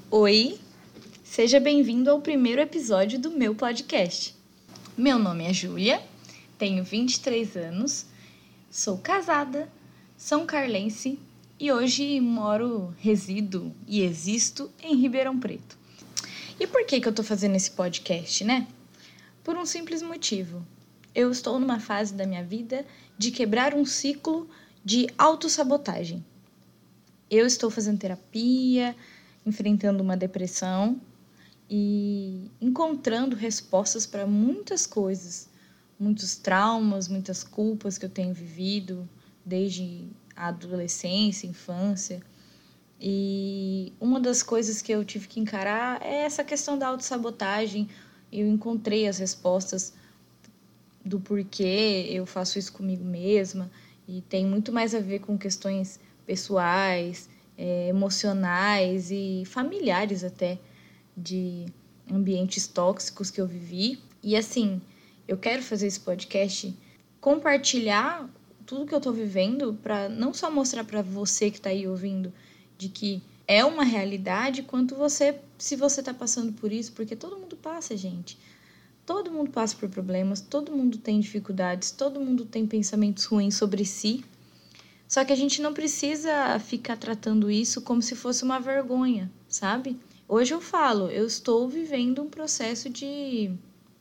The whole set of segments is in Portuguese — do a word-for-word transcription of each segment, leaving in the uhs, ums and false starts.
Oi, seja bem-vindo ao primeiro episódio do meu podcast. Meu nome é Júlia, tenho vinte e três anos, sou casada, são carlense e hoje moro, resido e existo em Ribeirão Preto. E por que que eu tô fazendo esse podcast, né? Por um simples motivo. Eu estou numa fase da minha vida de quebrar um ciclo de autossabotagem. Eu estou fazendo terapia, enfrentando uma depressão e encontrando respostas para muitas coisas, muitos traumas, muitas culpas que eu tenho vivido desde a adolescência, infância. E uma das coisas que eu tive que encarar é essa questão da autossabotagem. Eu encontrei as respostas do porquê eu faço isso comigo mesma e tem muito mais a ver com questões pessoais, é, emocionais e familiares até, de ambientes tóxicos que eu vivi. E assim, eu quero fazer esse podcast, compartilhar tudo que eu tô vivendo para não só mostrar para você que tá aí ouvindo de que é uma realidade, quanto você, se você tá passando por isso, porque todo mundo passa, gente. Todo mundo passa por problemas, todo mundo tem dificuldades, todo mundo tem pensamentos ruins sobre si. Só que a gente não precisa ficar tratando isso como se fosse uma vergonha, sabe? Hoje eu falo, eu estou vivendo um processo de,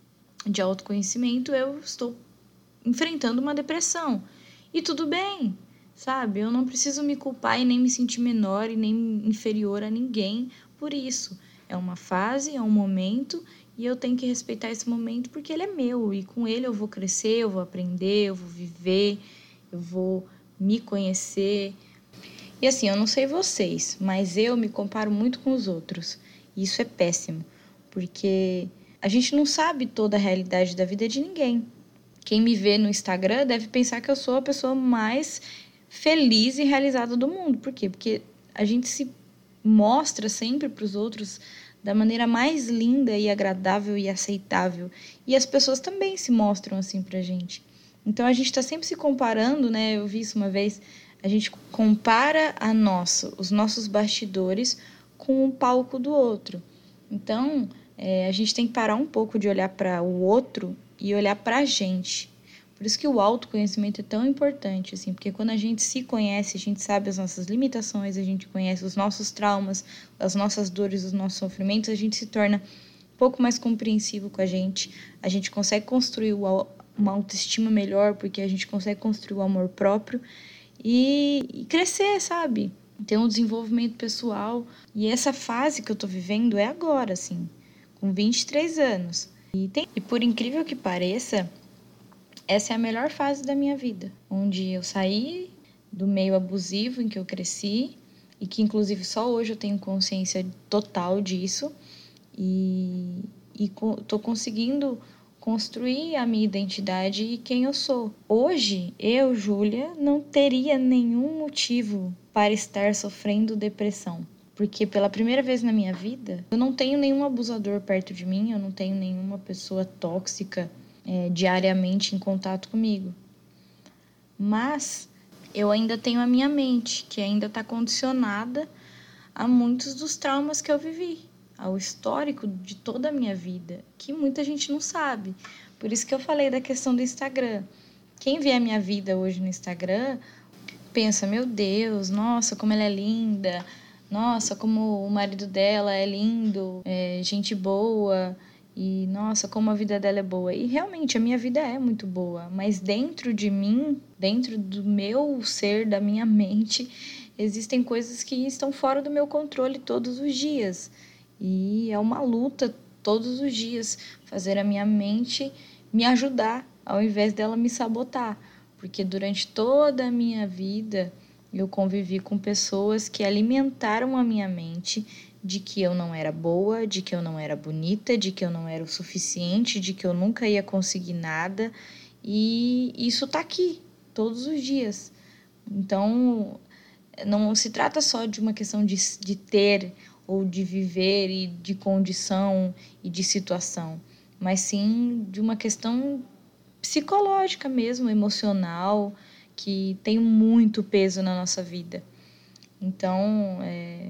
de autoconhecimento, eu estou enfrentando uma depressão. E tudo bem, sabe? Eu não preciso me culpar e nem me sentir menor e nem inferior a ninguém por isso. É uma fase, é um momento e eu tenho que respeitar esse momento porque ele é meu e com ele eu vou crescer, eu vou aprender, eu vou viver, eu vou me conhecer. E assim, eu não sei vocês, mas eu me comparo muito com os outros. E isso é péssimo, porque a gente não sabe toda a realidade da vida de ninguém. Quem me vê no Instagram deve pensar que eu sou a pessoa mais feliz e realizada do mundo. Por quê? Porque a gente se mostra sempre para os outros da maneira mais linda e agradável e aceitável. E as pessoas também se mostram assim pra gente. Então a gente está sempre se comparando, né? Eu vi isso uma vez. A gente compara a nossa, os nossos bastidores com o palco do outro. Então, é, a gente tem que parar um pouco de olhar para o outro e olhar para a gente. Por isso que o autoconhecimento é tão importante, assim, porque quando a gente se conhece, a gente sabe as nossas limitações, a gente conhece os nossos traumas, as nossas dores, os nossos sofrimentos, a gente se torna um pouco mais compreensivo com a gente, a gente consegue construir uma autoestima melhor, porque a gente consegue construir o amor próprio e, e crescer, sabe? Ter um desenvolvimento pessoal. E essa fase que eu tô vivendo é agora, assim, com vinte e três anos. E, tem... e por incrível que pareça, essa é a melhor fase da minha vida, onde eu saí do meio abusivo em que eu cresci e que inclusive só hoje eu tenho consciência total disso e, e tô conseguindo construir a minha identidade e quem eu sou. Hoje, eu, Júlia, não teria nenhum motivo para estar sofrendo depressão. Porque pela primeira vez na minha vida, eu não tenho nenhum abusador perto de mim, eu não tenho nenhuma pessoa tóxica é, diariamente em contato comigo. Mas eu ainda tenho a minha mente, que ainda está condicionada a muitos dos traumas que eu vivi, ao histórico de toda a minha vida, que muita gente não sabe. Por isso que eu falei da questão do Instagram. Quem vê a minha vida hoje no Instagram pensa, meu Deus, nossa, como ela é linda, nossa, como o marido dela é lindo, é gente boa, e nossa, como a vida dela é boa. E realmente a minha vida é muito boa, mas dentro de mim, dentro do meu ser, da minha mente, existem coisas que estão fora do meu controle todos os dias. E é uma luta todos os dias fazer a minha mente me ajudar, ao invés dela me sabotar. Porque durante toda a minha vida eu convivi com pessoas que alimentaram a minha mente de que eu não era boa, de que eu não era bonita, de que eu não era o suficiente, de que eu nunca ia conseguir nada. E isso tá aqui todos os dias. Então, não se trata só de uma questão de, de ter ou de viver e de condição e de situação, mas sim de uma questão psicológica mesmo, emocional, que tem muito peso na nossa vida. Então, é,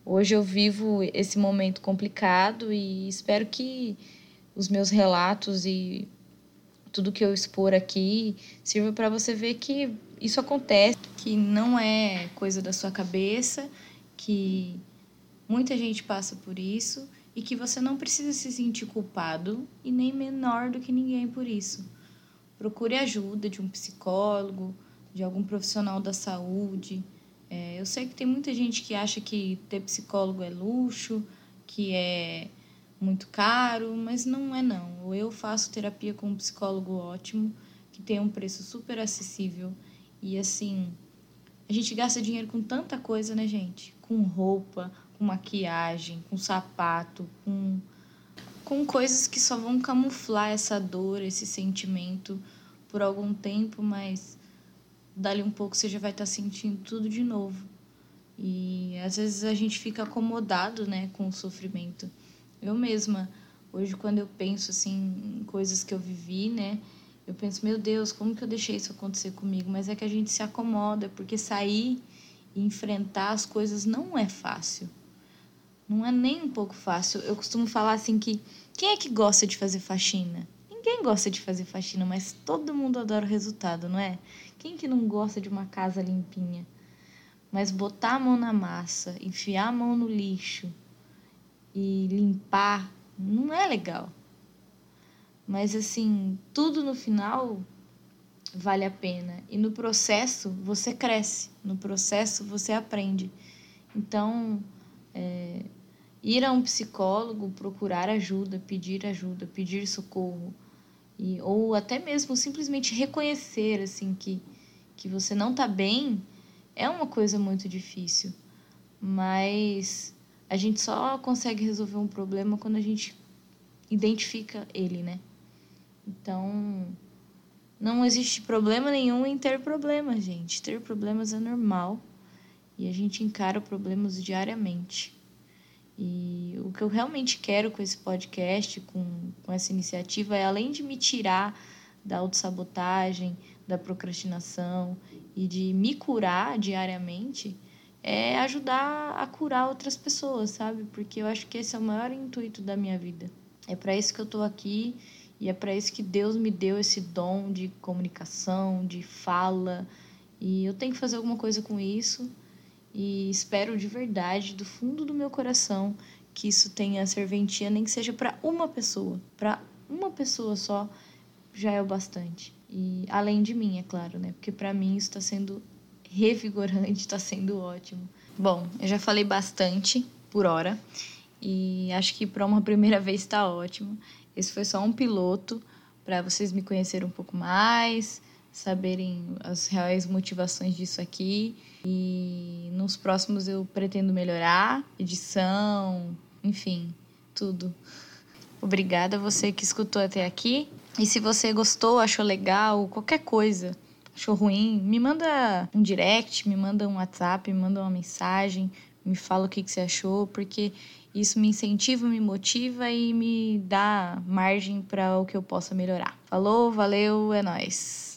Hoje eu vivo esse momento complicado e espero que os meus relatos e tudo que eu expor aqui sirva para você ver que isso acontece, que não é coisa da sua cabeça, que muita gente passa por isso e que você não precisa se sentir culpado e nem menor do que ninguém por isso. Procure ajuda de um psicólogo, de algum profissional da saúde. É, eu sei que tem muita gente que acha que ter psicólogo é luxo, que é muito caro, mas não é não. Eu faço terapia com um psicólogo ótimo, que tem um preço super acessível. E assim, a gente gasta dinheiro com tanta coisa, né, gente? Com roupa, com maquiagem, com sapato, com, com coisas que só vão camuflar essa dor, esse sentimento por algum tempo, mas dali um pouco você já vai estar sentindo tudo de novo. E às vezes a gente fica acomodado, né, com o sofrimento. Eu mesma, hoje quando eu penso assim em coisas que eu vivi, né, eu penso, meu Deus, como que eu deixei isso acontecer comigo? Mas é que a gente se acomoda, porque sair e enfrentar as coisas não é fácil. Não é nem um pouco fácil. Eu costumo falar assim que quem é que gosta de fazer faxina? Ninguém gosta de fazer faxina, mas todo mundo adora o resultado, não é? Quem que não gosta de uma casa limpinha? Mas botar a mão na massa, enfiar a mão no lixo e limpar não é legal. Mas assim, tudo no final vale a pena. E no processo você cresce, no processo você aprende. Então, é, ir a um psicólogo, procurar ajuda, pedir ajuda, pedir socorro, e, ou até mesmo simplesmente reconhecer assim, que, que você não está bem, é uma coisa muito difícil. Mas a gente só consegue resolver um problema quando a gente identifica ele, né? Então, não existe problema nenhum em ter problemas, gente. Ter problemas é normal e a gente encara problemas diariamente. E o que eu realmente quero com esse podcast, com, com essa iniciativa, é além de me tirar da autossabotagem, da procrastinação e de me curar diariamente, é ajudar a curar outras pessoas, sabe? Porque eu acho que esse é o maior intuito da minha vida. É para isso que eu tô aqui e é para isso que Deus me deu esse dom de comunicação, de fala. E eu tenho que fazer alguma coisa com isso. E espero de verdade, do fundo do meu coração, que isso tenha serventia, nem que seja para uma pessoa. Para uma pessoa só já é o bastante. E além de mim, é claro, né? Porque para mim isso está sendo revigorante, está sendo ótimo. Bom, eu já falei bastante por hora e acho que para uma primeira vez está ótimo. Esse foi só um piloto para vocês me conhecerem um pouco mais, saberem as reais motivações disso aqui. E nos próximos eu pretendo melhorar, edição, enfim, tudo. Obrigada a você que escutou até aqui. E se você gostou, achou legal, qualquer coisa, achou ruim, me manda um direct, me manda um WhatsApp, me manda uma mensagem, me fala o que, que você achou, porque isso me incentiva, me motiva e me dá margem para o que eu possa melhorar. Falou, valeu, é nóis!